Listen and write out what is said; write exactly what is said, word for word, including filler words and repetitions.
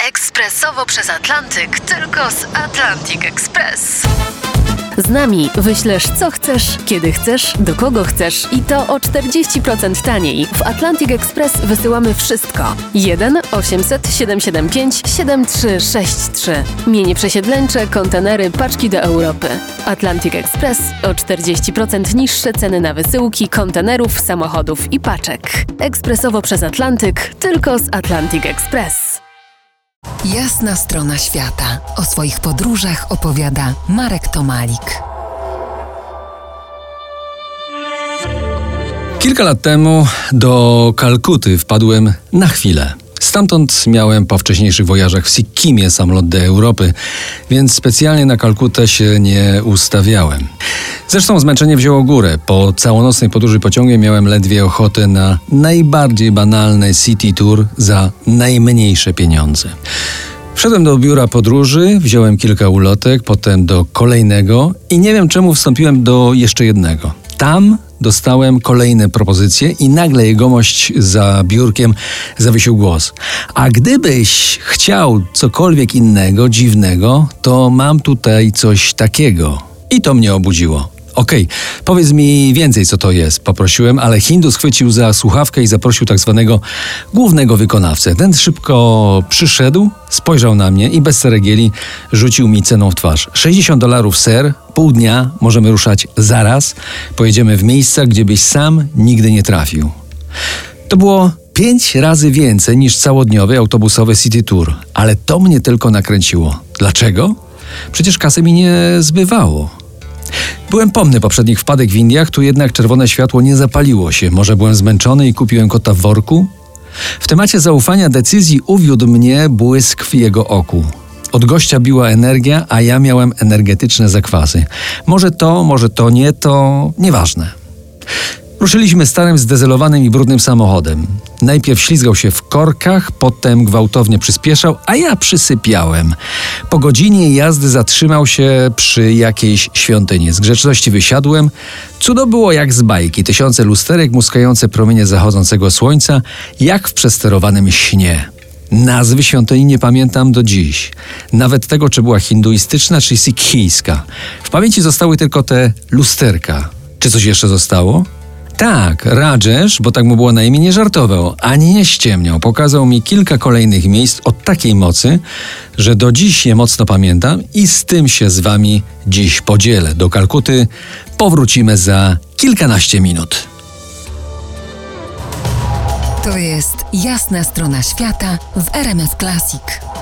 Ekspresowo przez Atlantyk, tylko z Atlantic Express. Z nami wyślesz co chcesz, kiedy chcesz, do kogo chcesz i to o czterdzieści procent taniej. W Atlantic Express wysyłamy wszystko. jeden osiemset siedemset siedemdziesiąt pięć siedemdziesiąt trzy sześćdziesiąt trzy. Mienie przesiedleńcze, kontenery, paczki do Europy. Atlantic Express o czterdzieści procent niższe ceny na wysyłki, kontenerów, samochodów i paczek. Ekspresowo przez Atlantyk, tylko z Atlantic Express. Jasna strona świata. O swoich podróżach opowiada Marek Tomalik. Kilka lat temu do Kalkuty wpadłem na chwilę. Stamtąd miałem po wcześniejszych wojażach w Sikkimie samolot do Europy, więc specjalnie na Kalkutę się nie ustawiałem. Zresztą zmęczenie wzięło górę. Po całonocnej podróży pociągiem miałem ledwie ochotę na najbardziej banalny city tour za najmniejsze pieniądze. Wszedłem do biura podróży, wziąłem kilka ulotek, potem do kolejnego i nie wiem czemu wstąpiłem do jeszcze jednego. Tam dostałem kolejne propozycje i nagle jegomość za biurkiem zawiesił głos. A gdybyś chciał cokolwiek innego, dziwnego, to mam tutaj coś takiego. I to mnie obudziło. Okej, okay, powiedz mi więcej, co to jest, poprosiłem, ale Hindu schwycił za słuchawkę i zaprosił tak zwanego głównego wykonawcę. Ten szybko przyszedł, spojrzał na mnie i bez ceregieli rzucił mi ceną w twarz. sześćdziesiąt dolarów, ser, pół dnia, możemy ruszać zaraz, pojedziemy w miejsca, gdzie byś sam nigdy nie trafił. To było pięć razy więcej niż całodniowy autobusowy city tour, ale to mnie tylko nakręciło. Dlaczego? Przecież kasy mi nie zbywało. Byłem pomny poprzednich wpadek w Indiach, tu jednak czerwone światło nie zapaliło się. Może byłem zmęczony i kupiłem kota w worku? W temacie zaufania decyzji uwiódł mnie błysk w jego oku. Od gościa biła energia, a ja miałem energetyczne zakwasy. Może to, może to nie, to nieważne. Ruszyliśmy starym, zdezelowanym i brudnym samochodem. Najpierw ślizgał się w korkach, potem gwałtownie przyspieszał, a ja przysypiałem. Po godzinie jazdy zatrzymał się przy jakiejś świątyni. Z grzeczności wysiadłem. Cudo było jak z bajki. Tysiące lusterek muskające promienie zachodzącego słońca, jak w przesterowanym śnie. Nazwy świątyni nie pamiętam do dziś. Nawet tego, czy była hinduistyczna, czy sikhijska. W pamięci zostały tylko te lusterka. Czy coś jeszcze zostało? Tak, Rajesh, bo tak mu było na imię, nie żartował, ani nie ściemniał. Pokazał mi kilka kolejnych miejsc o takiej mocy, że do dziś je mocno pamiętam i z tym się z wami dziś podzielę. Do Kalkuty powrócimy za kilkanaście minut. To jest Jasna strona świata w R M F Classic.